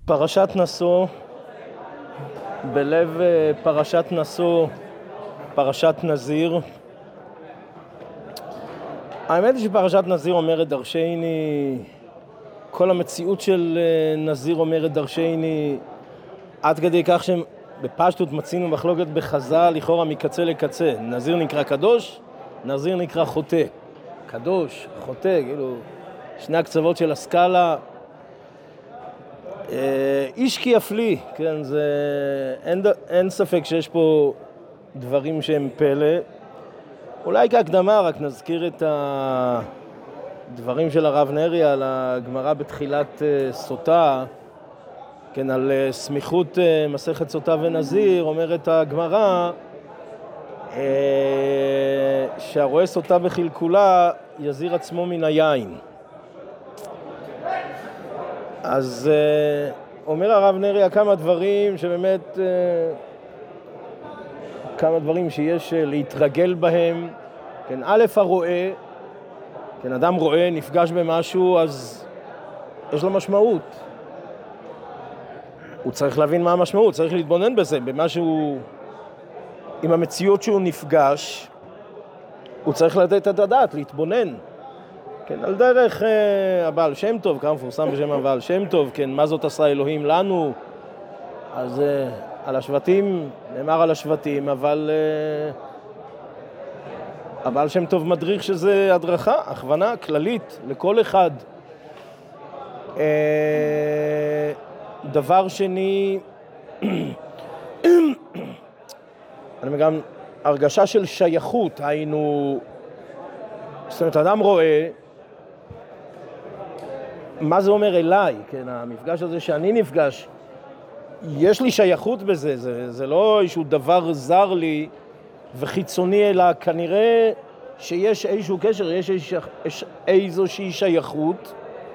פרשת נשוא, בלב פרשת נשוא, פרשת נזיר. האמת היא שפרשת נזיר אומרת דרשני, כל המציאות של נזיר אומרת דרשני, עד כדי כך שבפשטות מצינו מחלוקת בחז"ל לכאורה מקצה לקצה. נזיר נקרא קדוש, נזיר נקרא חוטא. קדוש, חוטא, כאילו שני הקצוות של הסקאלה. איש כי יפלי, כן, אין ספק שיש פה דברים שהם פלא. אולי כהקדמה רק נזכיר את הדברים של הרב נרי על הגמרא בתחילת סוטה, כן, על סמיכות מסכת סוטה ונזיר. אומרת הגמרא שהרואה סוטה בחלקולה יזיר עצמו מן היין. אז אומר הרב נריה כמה דברים שבאמת, כמה דברים שיש להתרגל בהם. כן, א' הרואה, כן, אדם רואה, נפגש במשהו, אז יש לו משמעות. הוא צריך להבין מה המשמעות, צריך להתבונן בזה, במשהו, עם המציאות שהוא נפגש, הוא צריך לתת את הדעת, להתבונן. כן, על דרך הבעל שם טוב, כמה מפורסם בשם הבעל שם טוב, כן, מה זאת עשה אלוהים לנו? אז על השבטים, נאמר על השבטים, אבל הבעל שם טוב מדריך שזה הדרכה, הכוונה כללית לכל אחד. דבר שני, אני גם הרגשה של שייכות, היינו, זאת אומרת, אדם רואה, מה זה אומר אליי? כן, המפגש הזה שאני נפגש, יש לי שייכות בזה, זה לא איזשהו דבר זר לי וחיצוני, אלא כנראה שיש איזשהו קשר, יש איזושהי שייכות.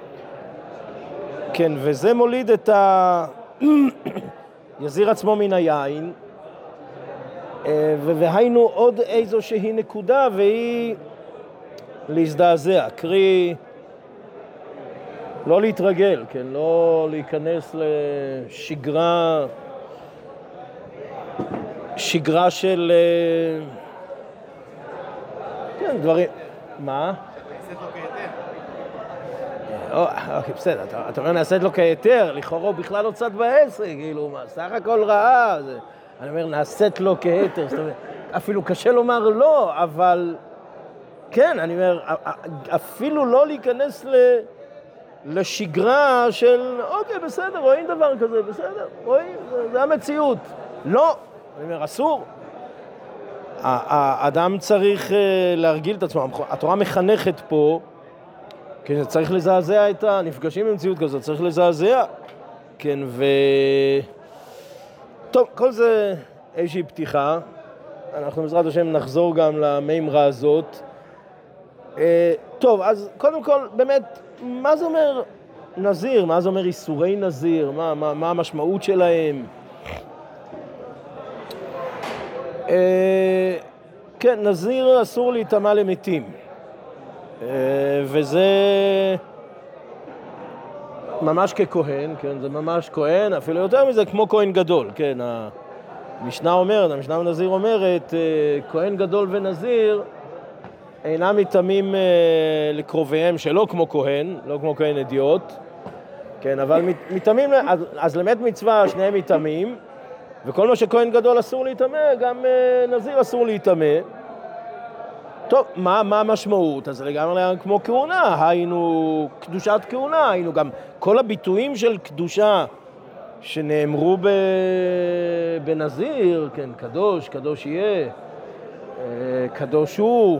כן, וזה מוליד את יזיר עצמו מן היין, והיינו עוד איזושהי נקודה, והיא להזדעזע, קרי לא להתרגל, כן, לא להיכנס שגרה של, כן, דברים, מה? נעשית לו כהיתר. אוקיי, בסדר, אתה אומר נעשית לו כהיתר, לכאורה הוא בכלל לא צד בעסק, כאילו, מה, סך הכל רעה, אני אומר נעשית לו כהיתר, זאת אומרת, אפילו קשה לומר לא, אבל כן, אני אומר, אפילו לא להיכנס לשגרה של, אוקיי, בסדר, רואים דבר כזה, בסדר, רואים, זה המציאות. לא, אני אומר, אסור. האדם צריך להרגיל את עצמו. התורה מחנכת פה, כן, צריך לזעזע את הנפגשים במציאות כזאת, צריך לזעזע. כן, טוב, כל זה איזושהי פתיחה. אנחנו בעזרת השם נחזור גם למימרה הזאת. טוב, אז קודם כל, באמת, מה זה אומר נזיר? מה זה אומר איסורי נזיר? מה המשמעות שלהם? כן, נזיר אסור להיטמע למתים. וזה ממש ככהן, כן, זה ממש כהן, אפילו יותר מזה, כמו כהן גדול, כן, המשנה אומרת, המשנה בנזיר אומרת, כהן גדול ונזיר אינם מתאמים לקרוביהם שלא כמו כהן, לא כמו כהן אדיוט, כן, אבל מתאמים, אז למת מצווה שניהם מתאמים, וכל מה שכהן גדול אסור להתאמה, גם נזיר אסור להתאמה. טוב, מה המשמעות? אז לגמרי כמו כהונה, היינו קדושת כהונה, היינו גם כל הביטויים של קדושה שנאמרו בנזיר, כן, קדוש, קדוש יהיה, קדוש הוא,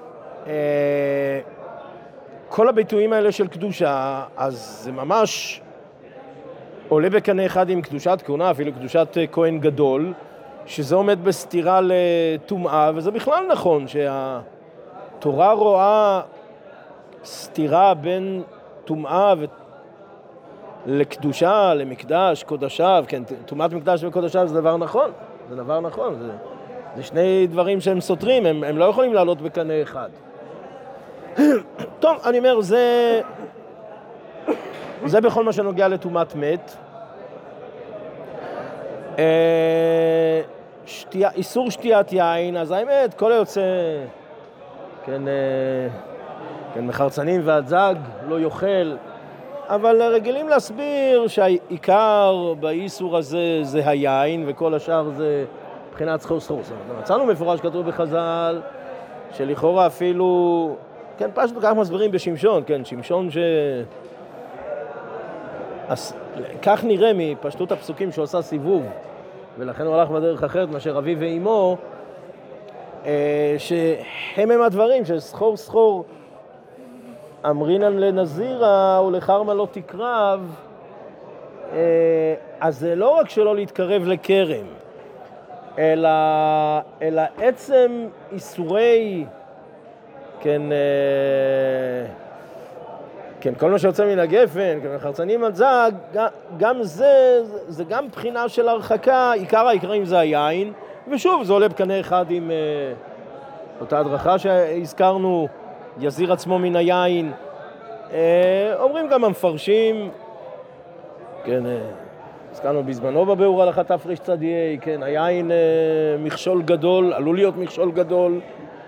כל הביטויים האלה של קדושה, אז זה ממש עולה בקנה אחד עם קדושת כהונה, אפילו קדושת כהן גדול, שזה עומד בסתירה לטומאה, וזה בכלל נכון שהתורה רואה סתירה בין טומאה לקדושה, למקדש, קודשיו, כן, טומאת מקדש וקודשיו זה דבר נכון, זה דבר נכון, זה שני דברים שהם סותרים, הם לא יכולים לעלות בקנה אחד. טוב, אני אומר, זה בכל מה שנוגע לטומאת מת. איסור שתיית יין, אז האמת, כל היוצא, כן, מחרצנים והדזג לא יאכל, אבל רגילים להסביר שהעיקר באיסור הזה זה היין, וכל השאר זה מבחינת סחור סחור. מצאנו מפורש כתוב בחז"ל, שלכאורה אפילו, כן, פשוט כך מסבירים בשמשון, כן, שמשון כך נראה מפשטות הפסוקים שעושה סיבוב, ולכן הוא הלך בדרך אחרת מאשר אביו ואימו, שהם הדברים שסחור סחור אמרינן לנזירה ולחרמה לא תקרב, אז זה לא רק שלא להתקרב לכרם, אלא עצם איסורי, כן, כן, כל מה שיוצא מן הגפן, כן, חרצנים על זג, גם זה גם בחינה של הרחקה, עיקר העיקרים זה היין, ושוב, זה עולה בקנה אחד עם אותה הדרכה שהזכרנו, יזיר עצמו מן היין. אומרים גם המפרשים, כן, הזכרנו בזמנו בביאור הלכה תרצ"ה, כן, היין מכשול גדול, עלול להיות מכשול גדול.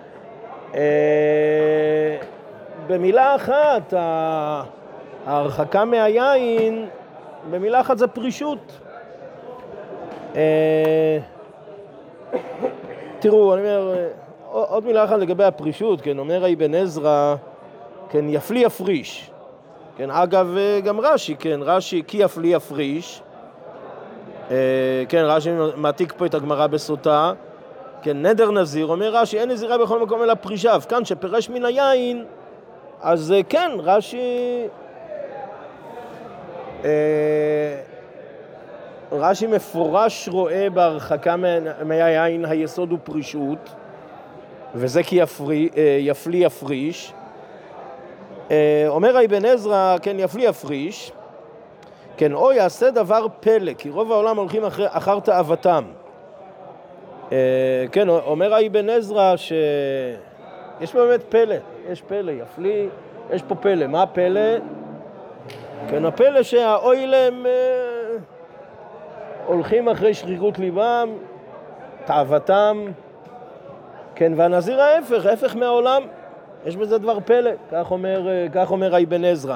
במילה אחת, ההרחקה מהיין, במילה אחת זה פרישות. תראו, אני אומר, עוד מילה אחת לגבי הפרישות, כן, אומר אבן עזרא, כן, יפלי יפריש. כן, אגב, גם רש"י, כן, רש"י, כי יפלי יפריש. כן, רש"י מעתיק פה את הגמרא בסוטה. כן, נדר נזיר, אומר רש"י, אין נזירה בכל מקום אלא פרישיו. כאן, שפרש מן היין, אז כן, רש"י מפורש רואה בהרחקה מהיין היסוד הוא פרישות, וזה כי יפלי יפריש. אומר אבן עזרא, כן, יפלי יפריש, כן, או יעשה דבר פלא, כי רוב העולם הולכים אחר תאוותם. כן, אומר אבן עזרא שיש באמת פלא, יש פלא, יפלי, יש פה פלא. מה הפלא? כן, הפלא שהאוילם הולכים אחרי שרירות ליבם, תאוותם, כן, והנזיר ההפך מהעולם, יש בזה דבר פלא, כך אומר אבן עזרא.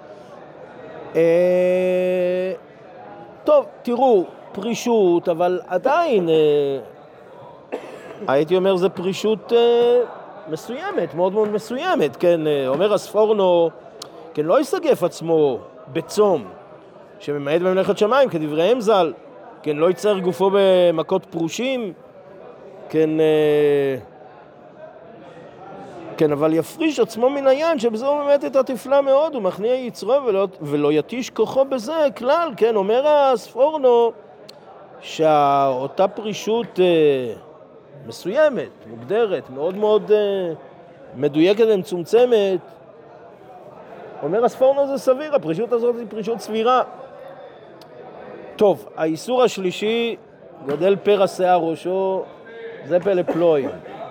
טוב, תראו, פרישות, אבל עדיין, הייתי אומר, זה פרישות מסוימת, מאוד מאוד מסוימת, כן, אומר הספורנו, כן, לא יסגף עצמו בצום, שממעט במלאכת שמיים, כדבריהם ז"ל, כן, לא יצר גופו במכות פרושים, כן, כן, אבל יפריש עצמו מן היין, שבזו באמת את התפלה מאוד, הוא מכניע יצרו ולא יתיש כוחו בזה כלל, כן, אומר הספורנו, שאותה פרישות מסוימת, מוגדרת, מאוד מאוד מדויקת ומצומצמת, אומר הספורנו זה סביר, הפרישות הזאת היא פרישות סבירה. טוב, האיסור השלישי, גדל פרע שיער ראשו, זה פלא פלוי.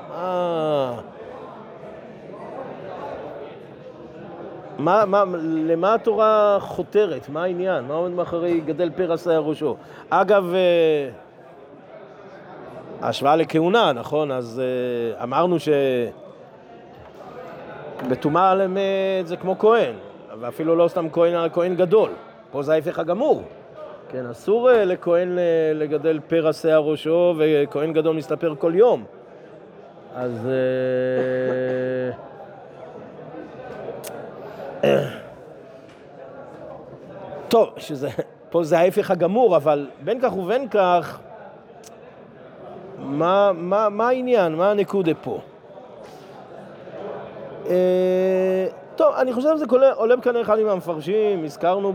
למה התורה חותרת? מה העניין? מה עומד מאחורי גדל פרע שיער ראשו? אגב, השוואה לכהונה, נכון? אז אמרנו שבטומאה על אמת זה כמו כהן, ואפילו לא סתם כהן, אלא כהן גדול. פה זה ההפך הגמור. כן, אסור לכהן לגדל פרע שיער ראשו, וכהן גדול מסתפר כל יום. אז טוב, פה זה ההפך הגמור, אבל בין כך ובין כך, מה העניין? מה הנקודה פה? טוב, אני חושב שזה עולה בקנה אחד עם המפרשים, הזכרנו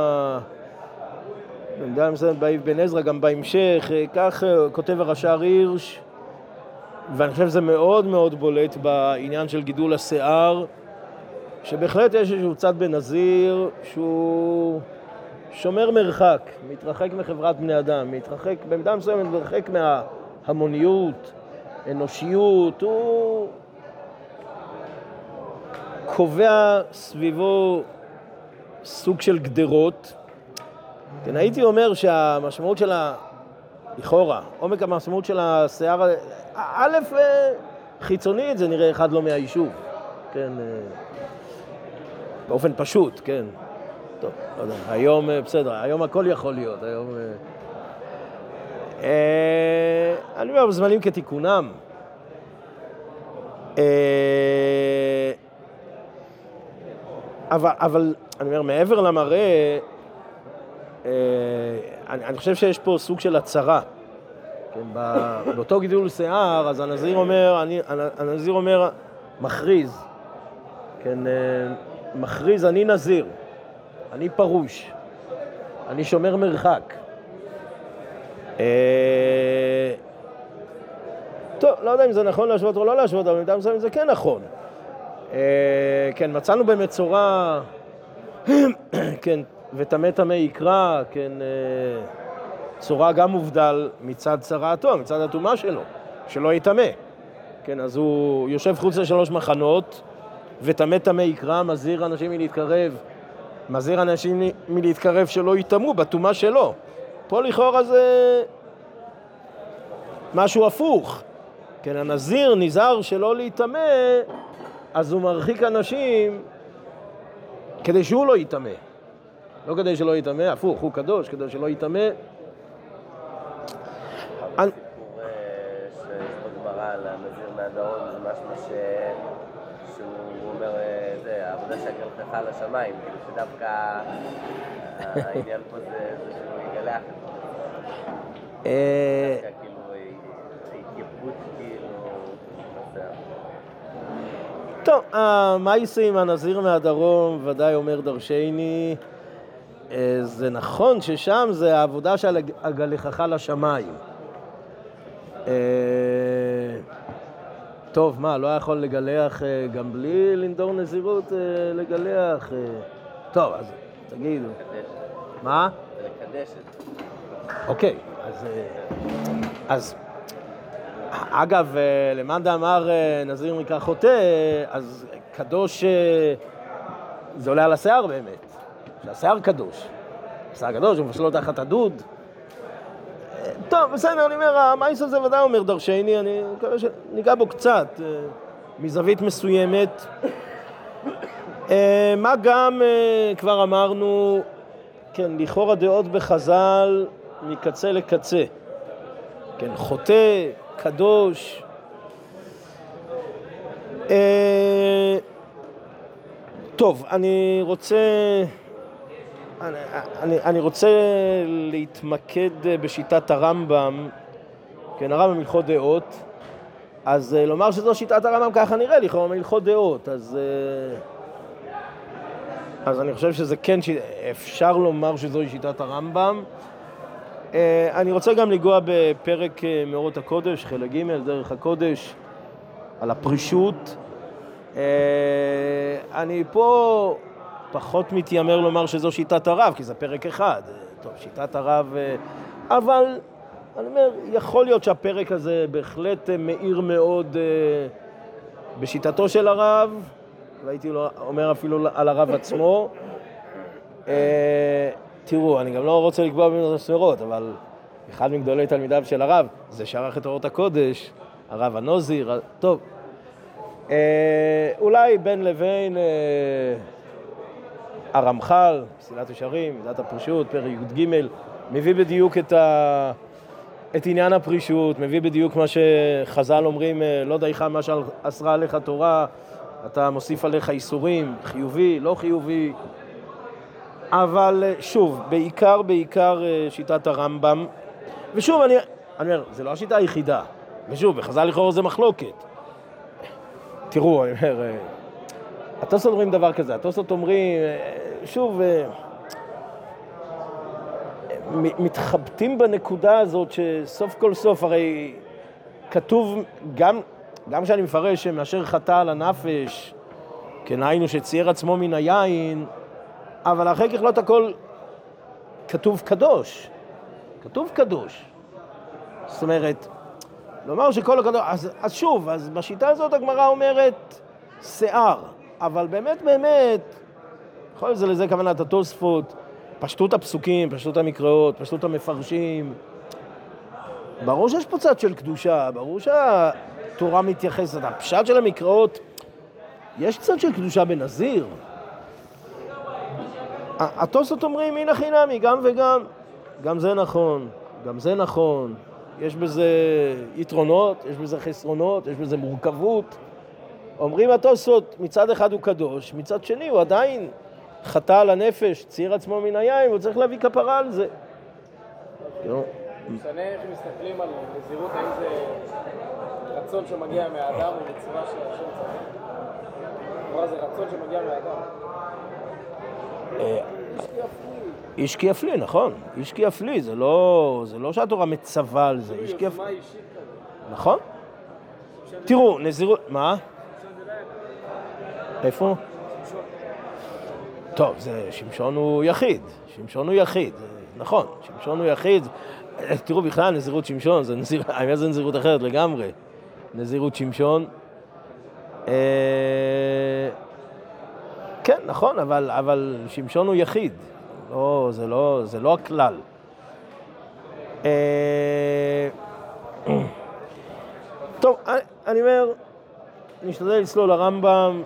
באבן עזרא גם בהמשך, כך כותב הרש"ר הירש, ואני חושב שזה מאוד מאוד בולט בעניין של גידול השיער, שבהחלט יש איזשהו צד בנזיר שהוא שומר מרחק, מתרחק מחברת בני אדם, מתרחק במידה מסוימת, מתרחק מההמוניות, אנושיות, הוא קובע סביבו סוג של גדרות. כן, הייתי אומר שהמשמעות של לכאורה, עומק המשמעות של השיער, א', חיצונית זה נראה אחד לא מהיישוב, כן, באופן פשוט, כן. טוב, לא יודע, היום, בסדר, היום הכל יכול להיות, היום... אני אומר, בזמנים כתיקונם. אבל אני אומר, מעבר למראה, אני חושב שיש פה סוג של הצרה. כן, באותו גידול שיער, אז הנזיר אומר, מכריז, כן, מכריז, אני נזיר, אני פרוש, אני שומר מרחק. טוב, לא יודע אם זה נכון להשוות או לא להשוות, אבל במידה מסוימת זה כן נכון. כן, מצאנו באמת צורה, כן, וטמא טמא יקרא, כן, צורה גם מובדל מצד צרעתו, מצד הטומאה שלו, שלא יטמא. כן, אז הוא יושב חוץ לשלוש מחנות, וטמא טמא יקרא, מזהיר אנשים מלהתקרב שלא יטמאו בטומאה שלו. פה לכאורה זה משהו הפוך. כן, הנזיר נזהר שלא להיטמא, אז הוא מרחיק אנשים כדי שהוא לא ייטמא. לא כדי שלא ייטמא, הפוך, הוא קדוש, כדי שלא ייטמא. הסיפור שיש בגמרא על הנזיר מהדרום, זה משהו שהוא אומר, זה העבודה שהגלחך לשמיים, כאילו שדווקא העניין פה זה שהוא יגלח את זה. דווקא כאילו ההתייפות כאילו נוסע. טוב, מה יעשה עם הנזיר מהדרום ודאי אומר דרשני, זה נכון ששם זה העבודה של הגלחך לשמיים. טוב, מה, לא יכול לגלח גם בלי לנדור נזירות לגלח? טוב, אז תגידו. מה? זה לקדש את זה. אוקיי, אז אגב, למאן דאמר נזיר נקרא חוטא, אז קדוש זה עולה על השיער באמת, שהשיער קדוש. השיער קדוש, הוא מפשל לו תחת הדוד. טוב, בסדר, אני אומר, המייס הזה ודאי אומר דרשני, אני מקווה שניגע בו קצת, מזווית מסוימת. מה גם, כבר אמרנו, כן, לכאורה דעות בחז"ל מקצה לקצה. כן, חוטא, קדוש. טוב, אני רוצה להתמקד בשיטת הרמב"ם, כן, הרמב"ם הלכות דעות, אז לומר שזו שיטת הרמב"ם ככה נראה לי, הלכות דעות, אז אני חושב שזה כן, אפשר לומר שזוהי שיטת הרמב"ם. אני רוצה גם לגוע בפרק מאורות הקודש, חלק ג' דרך הקודש, על הפרישות. אני פה פחות מתיימר לומר שזו שיטת הרב, כי זה פרק אחד. טוב, שיטת הרב, אבל אני אומר, יכול להיות שהפרק הזה בהחלט מאיר מאוד בשיטתו של הרב, והייתי אומר אפילו על הרב עצמו. תראו, אני גם לא רוצה לקבוע בין הספירות, אבל אחד מגדולי תלמידיו של הרב, זה שערך את אורות הקודש, הרב הנוזיר, טוב. אולי בין לבין הרמח"ל, מסילת ישרים, מידת הפרישות, פרק י"ג, מביא בדיוק את עניין הפרישות, מביא בדיוק מה שחז"ל אומרים, לא דייך מה שאסרה עליך תורה, אתה מוסיף עליך איסורים, חיובי, לא חיובי. אבל שוב, בעיקר שיטת הרמב"ם, ושוב אני אומר, זה לא השיטה היחידה, ושוב, בחז"ל לכאורה זה מחלוקת. תראו, אני אומר, התוספות אומרים דבר כזה, התוספות אומרים, שוב, מתחבטים בנקודה הזאת שסוף כל סוף, הרי כתוב, גם שאני מפרש שמאשר חטא על הנפש, כן, היינו שצייר עצמו מן היין, אבל אחרי ככלות הכל כתוב קדוש. כתוב קדוש. זאת אומרת, לומר שכל הקדוש, אז שוב, אז בשיטה הזאת הגמרא אומרת שיער, אבל באמת, יכול להיות לזה כוונת התוספות, פשטות הפסוקים, פשטות המקראות, פשטות המפרשים. ברור שיש פה צד של קדושה, ברור שהתורה מתייחסת, הפשט של המקראות, יש צד של קדושה בנזיר. התוספות אומרים, הנה חינמי, גם וגם, גם זה נכון, גם זה נכון, יש בזה יתרונות, יש בזה חסרונות, יש בזה מורכבות. אומרים התוספות, מצד אחד הוא קדוש, מצד שני הוא עדיין חטא על הנפש, ציר עצמו מן היין, הוא צריך להביא כפרה על זה. משנה איך מסתכלים על נזירות, האם זה רצון שמגיע מהאדם או מצווה של השם צריך? כלומר זה רצון שמגיע מהאדם. איש כי יפלי, נכון. איש כי יפלי, זה לא שהתורה מצווה על זה. איש כי יפלי. נכון? תראו, נזירות... מה? איפה? טוב, שמשון הוא יחיד. שמשון הוא יחיד, נכון. שמשון הוא יחיד. תראו בכלל, נזירות שמשון, זה נזירות אחרת לגמרי. נזירות שמשון. כן, נכון, אבל שמשון הוא יחיד. לא, זה לא הכלל. טוב, אני אומר, נשתדל לצלול לרמב"ם,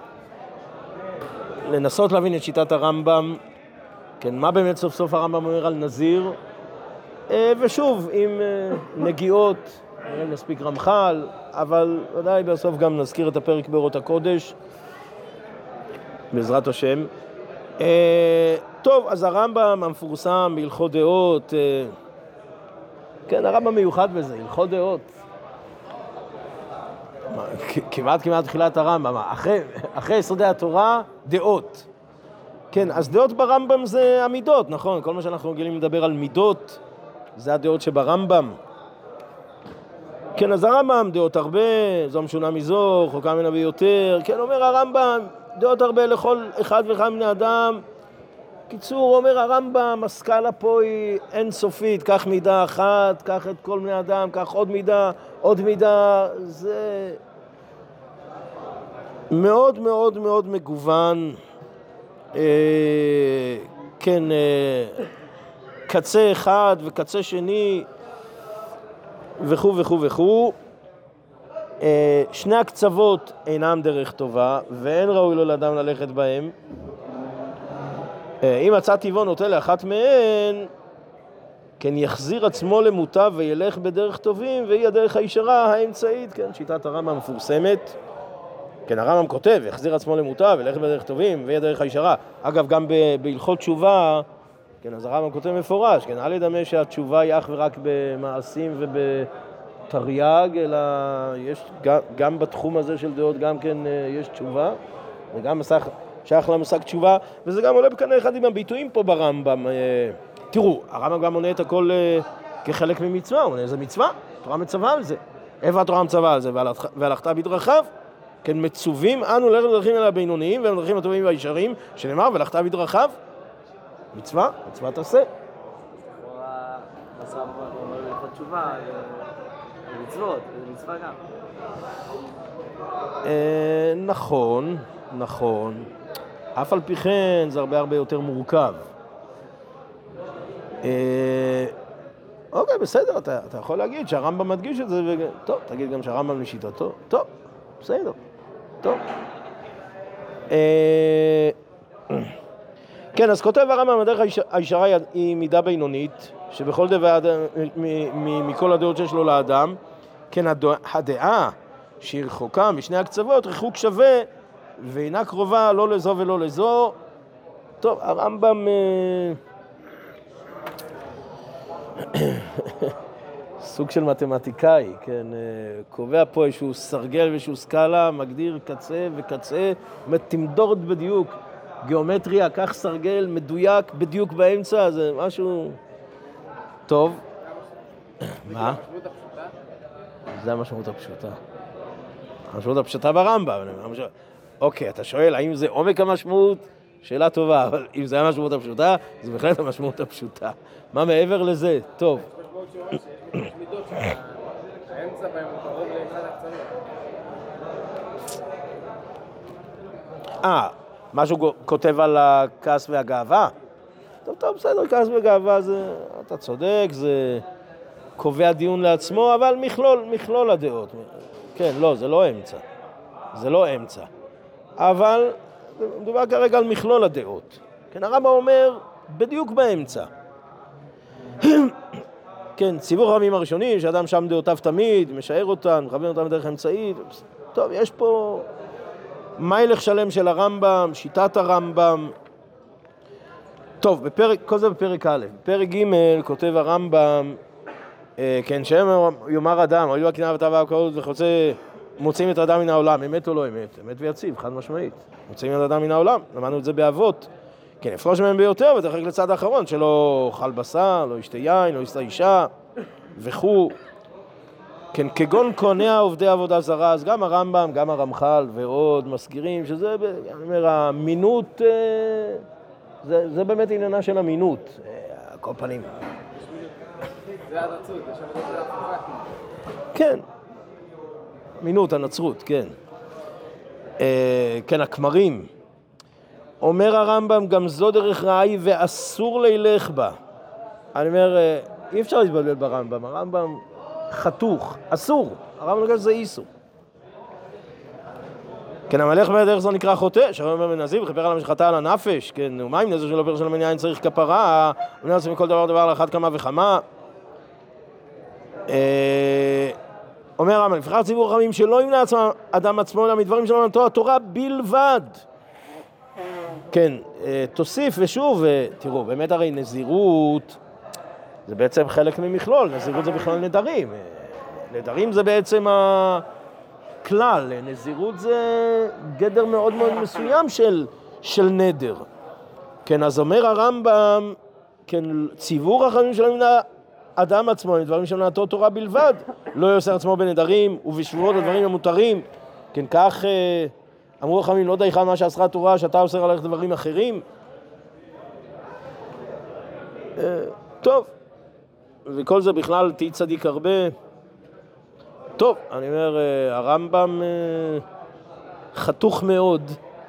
לנסות להבין את שיטת הרמב"ם, כן, מה באמת סוף סוף הרמב"ם אומר על נזיר, ושוב, עם נגיעות, נראה נספיק רמח"ל, אבל ודאי בסוף גם נזכיר את הפרק באורות הקודש, בעזרת השם. טוב, אז הרמב"ם המפורסם בהלכות דעות, כן, הרמב"ם מיוחד בזה, הלכות דעות. כמעט תחילת הרמב"ם, אחרי יסודי התורה, דעות. כן, אז דעות ברמב"ם זה המידות, נכון? כל מה שאנחנו רגילים לדבר על מידות, זה הדעות שברמב"ם. כן, אז הרמב"ם, דעות הרבה, זו משונה מזו, רחוקה ממנה ביותר. כן, אומר הרמב"ם, דעות הרבה לכל אחד ואחד בני אדם. קיצור, אומר הרמב"ם, הסקאלה פה היא אינסופית, קח מידה אחת, קח את כל בני אדם, קח עוד מידה, זה מאוד מאוד מאוד מגוון, כן, קצה אחד וקצה שני, וכו' וכו' וכו'. שני הקצוות אינם דרך טובה, ואין ראוי לו לאדם ללכת בהם. אם מצא טבעו נוטה לאחת מהן, כן יחזיר עצמו למוטב וילך בדרך טובים, והיא הדרך הישרה האמצעית, כן, שיטת הרמב"ם המפורסמת. כן, הרמב"ם כותב, יחזיר עצמו למוטב וילך בדרך טובים, והיא הדרך הישרה. אגב, גם בהלכות תשובה, כן, אז הרמב"ם כותב מפורש, כן, אל ידמה שהתשובה היא אך ורק במעשים ובתרי"ג, אלא יש גם בתחום הזה של דעות גם כן יש תשובה, וגם שייך למושג תשובה, וזה גם עולה בקנה אחד עם הביטויים פה ברמב"ם. תראו, הרמב"ם גם עונה את הכל כחלק ממצווה, הוא עונה איזה מצווה, התורה מצווה על זה. איפה התורה מצווה על זה? והלכת בדרכיו, כן, מצווים אנו ללכת בדרכים אל הבינוניים ובדרכים הטובים והישרים, שנאמר, והלכת בדרכיו, מצווה תעשה. אז הרמב"ם אומר לך תשובה, מצוות, זה מצווה גם. נכון. אף על פי כן זה הרבה יותר מורכב. אוקיי, בסדר, אתה יכול להגיד שהרמב"ם מדגיש את זה, טוב, תגיד גם שהרמב"ם לשיטתו, טוב, בסדר, טוב. כן, אז כותב הרמב"ם, הדרך הישרה היא מידה בינונית, שבכל דבר מכל הדעות שיש לו לאדם, כן, הדעה שהיא רחוקה משני הקצוות, ריחוק שווה, ואינה קרובה לא לזו ולא לזו. טוב, הרמב"ם סוג של מתמטיקאי, כן, קובע פה איזשהו סרגל ואיזשהו סקאלה, מגדיר קצה וקצה, תמדורת בדיוק, גיאומטריה, כך סרגל, מדויק, בדיוק באמצע, זה משהו טוב. מה? זה המשמעות הפשוטה. המשמעות הפשוטה ברמב"ם. אוקיי, אתה שואל, האם זה עומק המשמעות? שאלה טובה, אבל אם זה המשמעות הפשוטה, זה בהחלט המשמעות הפשוטה. מה מעבר לזה? טוב. יש מידות שהאמצע בהם הוא קרוב לאחד הקצוות. משהו כותב על הכעס והגאווה? טוב, בסדר, כעס וגאווה זה, אתה צודק, קובע דיון לעצמו, אבל מכלול הדעות. כן, לא, זה לא אמצע. זה לא אמצע. אבל מדובר כרגע על מכלול הדעות. כן, הרמב"ם אומר בדיוק באמצע. כן, ציווי חכמים הראשונים, שאדם שם דעותיו תמיד, משער אותן, מכוון אותן בדרך אמצעית. טוב, יש פה מיילך שלם של הרמב"ם, שיטת הרמב"ם. טוב, כל זה בפרק א'. בפרק ג' כותב הרמב"ם, כן, שם יאמר אדם, הואיל והקנאה והתאווה והקנאות וחוצה, מוצאים את האדם מן העולם, אמת או לא אמת? אמת ויציב, חד משמעית. מוצאים את האדם מן העולם, למדנו את זה באבות. כן, הפרוש מהם ביותר ותרחק לצד האחרון, שלא אכל בשר, לא ישתה יין, לא ישתה אישה, וכו'. כן, כגון קונע עובדי עבודה זרה, אז גם הרמב"ם, גם הרמח"ל ועוד מזכירים, שזה, אני אומר, המינות, זה באמת עניינה של המינות, כל פנים. זה הנצרות, יש עבודה של ההפכה. כן, מינות, הנצרות, כן. כן, הכמרים. אומר הרמב"ם, גם זו דרך רעה היא ואסור לילך בה. אני אומר, אי אפשר להתבלבל ברמב"ם, הרמב"ם חתוך, אסור, הרמב"ם נגיד שזה איסור. כן, המלך בדרך זו נקרא חוטא, שהרמב"ם בן נזיר וכפר על המשחתה על הנפש, כן, ומה אם נזר שלא פר של המניין צריך כפרה, ומנה עושים כל דבר על אחת כמה וכמה. אומר הרמב"ם, לפיכך ציבור חכמים שלא ימנע אדם עצמו אלא מדברים שלא נתנו התורה בלבד. כן, תוסיף ושוב, תראו, באמת הרי נזירות זה בעצם חלק ממכלול, נזירות זה בכלל נדרים. נדרים זה בעצם הכלל, נזירות זה גדר מאוד מאוד מסוים של נדר. כן, אז אומר הרמב"ם, כן, ציבור החכמים שלא ימנע אדם עצמו, דברים שלא נתנו תורה בלבד, לא יעשה עצמו בנדרים ובשבועות הדברים המותרים. כן, כך אמרו החכמים, לא דייך מה שאסרה התורה, שאתה אוסר עליך דברים אחרים. טוב, וכל זה בכלל תהי צדיק הרבה. טוב, אני אומר, הרמב"ם חתוך מאוד.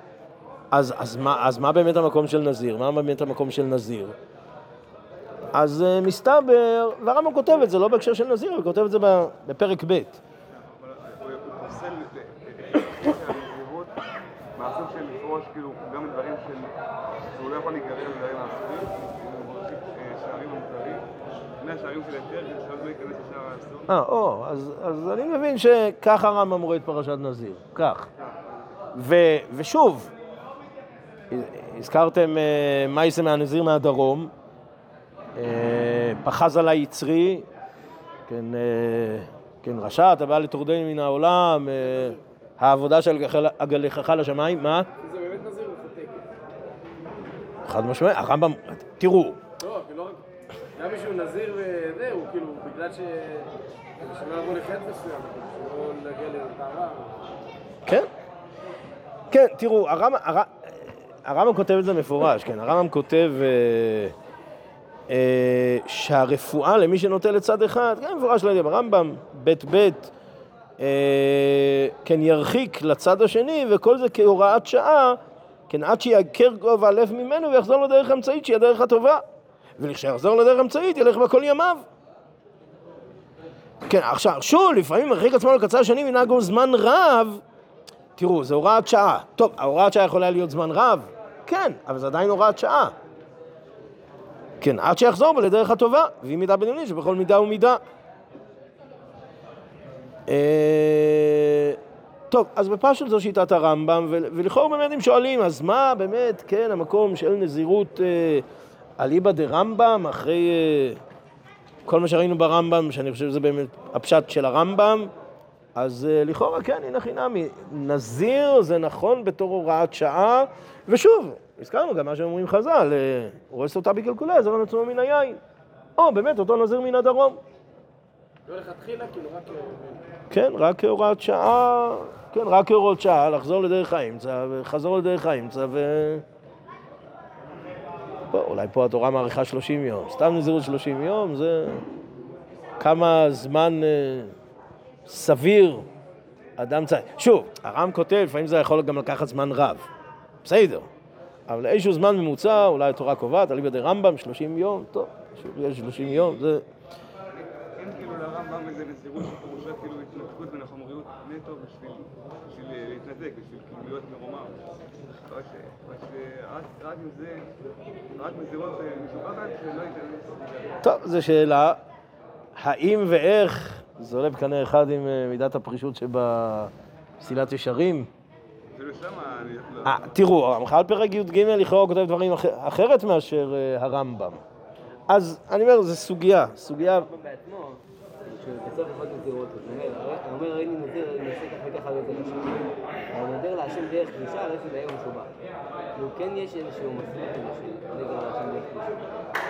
אז מה באמת המקום של נזיר? מה באמת המקום של נזיר? אז מסתבר, והרמב"ם כותב את זה, לא בהקשר של נזיר, הוא כותב את זה בפרק ב'. הוא פוסל הנזירות מהסוג של לפרוש, כאילו, גם דברים שהוא לא יכול להיגרר לדברים האסורים, שערים המותרים, שני השערים של היתר, כדי שלא ייכנס לשער האסור. אז אני מבין שכך הרמב"ם רואה את פרשת נזיר, כך. ושוב, הזכרתם מה יעשה מהנזיר מהדרום, פחז עלי יצרי, כן, רשע, אתה בא לטורדני מן העולם, העבודה של הגלחך לשמיים, מה? זה באמת נזיר וחוטא. חד משמעי, הרמב"ם, תראו. לא, כאילו, גם מישהו נזיר וזה, הוא כאילו, בגלל שלא לבוא לחטא מסוים, שלא להגיע לטהרה. כן, כן, תראו, הרמב"ם כותב את זה מפורש, כן, הרמב"ם כותב שהרפואה למי שנוטה לצד אחד, כן, מפורש לא יודע, הרמב"ם, בית, כן, ירחיק לצד השני, וכל זה כהוראת שעה, כן, עד שיעקר גובה הלב ממנו ויחזור לדרך אמצעית שהיא הדרך הטובה. ולכשיחזור לדרך אמצעית ילך בה כל ימיו. כן, עכשיו, שוב, לפעמים מרחיק עצמו לקצה השני מנהגו זמן רב. תראו, זה הוראת שעה. טוב, ההוראת שעה יכולה להיות זמן רב? כן, אבל זה עדיין הוראת שעה. כן, עד שיחזור בה לדרך הטובה, והיא מידה בינונית שבכל מידה ומידה. טוב, אז בפשוט זו שיטת הרמב"ם, ולכאורה באמת הם שואלים, אז מה באמת, כן, המקום של נזירות אליבא דרמב"ם, אחרי כל מה שראינו ברמב"ם, שאני חושב שזה באמת הפשט של הרמב"ם, אז לכאורה כן, הנה חינמי, נזיר זה נכון בתור הוראת שעה, ושוב, הזכרנו גם מה שאומרים חז"ל, הורס אותה בקלקולה, זרע עצמו מן היין, או באמת אותו נזיר מן הדרום. לא לכתחילה, כאילו רק... כן, רק כהוראת שעה, כן, רק כהוראת שעה, לחזור לדרך האמצע, וחזור לדרך האמצע, אולי פה התורה מעריכה 30 יום, סתם נזירות 30 יום, זה כמה זמן סביר אדם צריך. שוב, הרמב"ם כותב, לפעמים זה יכול גם לקחת זמן רב, בסדר, אבל איזשהו זמן ממוצע, אולי התורה קובעת, אליבא דרמב"ם, 30 יום, טוב, יש 30 יום, זה... הרמב"ם איזה נזירות שפירושה כאילו התנתקות בין החומריות נטו בשביל להתנתק, בשביל כאילו להיות מרומם. רק נזירות משופחת שלא ייתן... טוב, זו שאלה. האם ואיך זה עולה בקנה אחד עם מידת הפרישות שבפסילת ישרים? אפילו שמה אני... תראו, המחל פרק י"ג לכאורה כותב דברים אחרת מאשר הרמב"ם. אז אני אומר, זו סוגיה. הרמב"ם בעצמו, שבסוף אחד נזירות, הוא אומר, הרי אני נזיר, אני אעשה ככה וככה וזה קשה. הוא נזיר להשם דרך קדושה, הרי זה ביום משובח. כאילו כן יש איזשהו מספיק נזיר להשם דרך קדושה.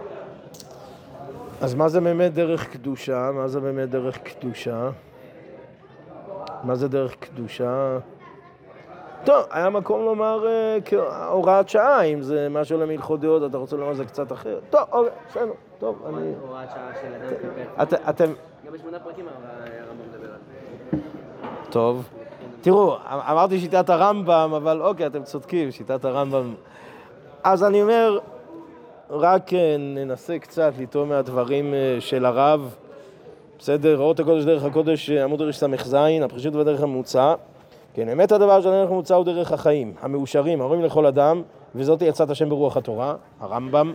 אז מה זה באמת דרך קדושה? מה זה באמת דרך קדושה? מה זה דרך קדושה? טוב, היה מקום לומר כהוראת שעה, אם זה משהו למלכות דעות, אתה רוצה לומר זה קצת אחר. טוב, אוקיי, בסדר, טוב, אני... הוראת שעה של אדם כלפי... אתם... גם ב8 פרקים הרמב"ם מדבר על זה. טוב. תראו, אמרתי שיטת הרמב"ם, אבל אוקיי, אתם צודקים, שיטת הרמב"ם. אז אני אומר, רק ננסה קצת לטעום מהדברים של הרב. בסדר, אורות הקודש דרך הקודש, עמוד רס"ז, הפרישות בדרך הממוצע. כן, אמת הדבר של דרך הממוצע הוא דרך החיים, המאושרים, הרואים לכל אדם, וזאת יצאת השם ברוח התורה, הרמב"ם.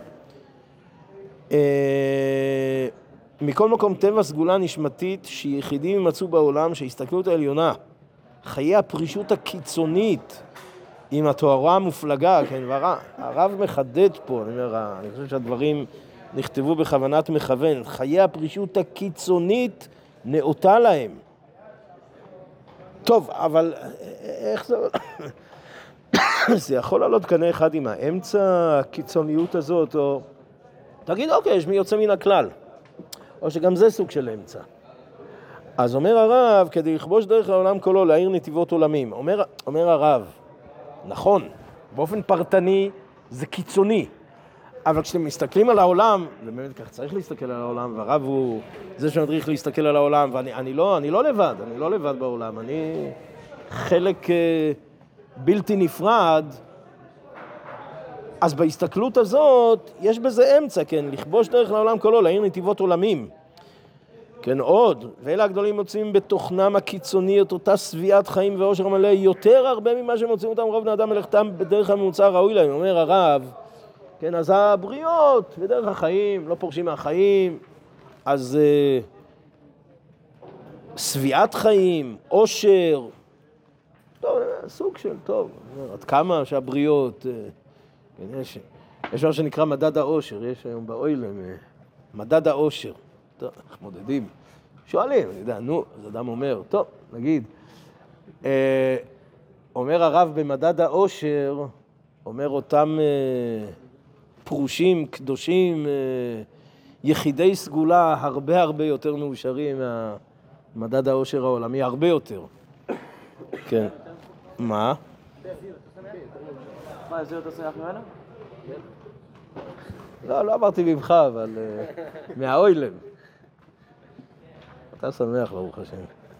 מכל מקום טבע סגולה נשמתית שיחידים ימצאו בעולם שההסתכלות העליונה, חיי הפרישות הקיצונית עם התוארה המופלגה, כן, והרב מחדד פה, אני חושב שהדברים נכתבו בכוונת מכוון, חיי הפרישות הקיצונית נאותה להם. טוב, אבל איך זה... זה יכול לעלות קנה אחד עם האמצע הקיצוניות הזאת, או... תגיד, אוקיי, יש מי יוצא מן הכלל. או שגם זה סוג של אמצע. אז אומר הרב, כדי לכבוש דרך העולם כולו, להאיר נתיבות עולמים. אומר הרב, נכון, באופן פרטני זה קיצוני. אבל כשאתם מסתכלים על העולם, ובאמת כך צריך להסתכל על העולם, והרב הוא זה שמדריך להסתכל על העולם, ואני לא לבד בעולם, אני חלק בלתי נפרד. אז בהסתכלות הזאת, יש בזה אמצע, כן, לכבוש דרך לעולם כולו, להאיר נתיבות עולמים. כן, עוד, ואלה הגדולים מוצאים בתוכנם הקיצוני את אותה סביעת חיים ואושר מלא, יותר הרבה ממה שמוצאים אותם רוב בני אדם מלאכתם בדרך הממוצע ראוי להם. אומר הרב, כן, אז הבריות בדרך החיים, לא פורשים מהחיים, אז סביעת חיים, אושר, טוב, סוג של טוב, עד כמה שהבריות, כן, יש מה שנקרא מדד האושר, יש היום באוילם, מדד האושר, טוב, איך מודדים? שואלים, אני יודע, נו, אז אדם אומר, טוב, נגיד, אומר הרב במדד האושר, אומר אותם פרושים, קדושים, יחידי סגולה, הרבה יותר מאושרים מהמדד האושר העולמי, הרבה יותר. כן. מה? מה, זה יותר שמח ממנו? לא אמרתי ממך, אבל מהאוילם. אתה שמח, ברוך השם.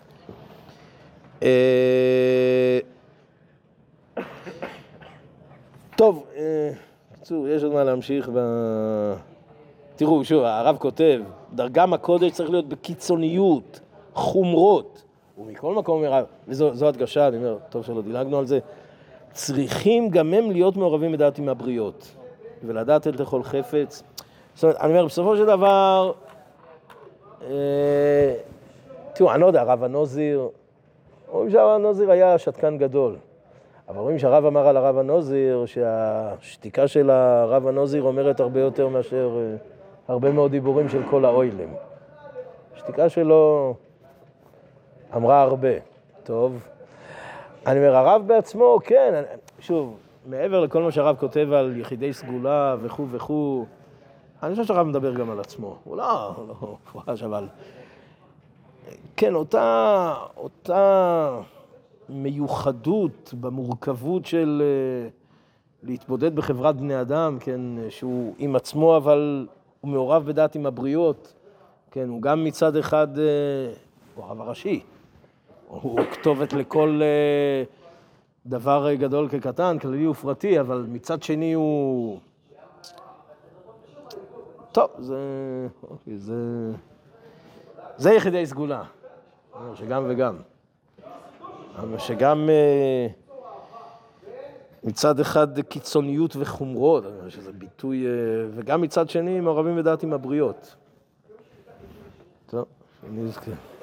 טוב, יש עוד מה להמשיך תראו, שוב, הרב כותב, דרגם הקודש צריך להיות בקיצוניות, חומרות, ומכל מקום אומר, וזו הדגשה, אני אומר, טוב שלא דילגנו על זה, צריכים גם הם להיות מעורבים בדעת עם הבריות, ולדעת אל תכל חפץ. זאת אומרת, אני אומר, בסופו של דבר, תראו, אני לא יודע, הרב הנוזיר, רואים שהרב הנוזיר היה שתקן גדול, אבל רואים שהרב אמר על הרב הנוזיר, שהשתיקה של הרב הנוזיר אומרת הרבה יותר מאשר הרבה מאוד דיבורים של כל האוילם. השתיקה שלו אמרה הרבה. טוב. אני אומר, הרב בעצמו, כן, שוב, מעבר לכל מה שהרב כותב על יחידי סגולה וכו', אני חושב שהרב מדבר גם על עצמו. הוא לא כבש, אבל... כן, אותה מיוחדות במורכבות של להתמודד בחברת בני אדם, כן, שהוא עם עצמו, אבל הוא מעורב בדעת עם הבריות, כן, הוא גם מצד אחד, הוא הרב הראשי, הוא כתובת לכל דבר גדול כקטן, כללי ופרטי, אבל מצד שני הוא... טוב, זה זה יחידי סגולה. שגם וגם. אבל שגם מצד אחד קיצוניות וחומרות, שזה ביטוי, וגם מצד שני מעורבים בדעת עם הבריות. טוב, אני אזכר.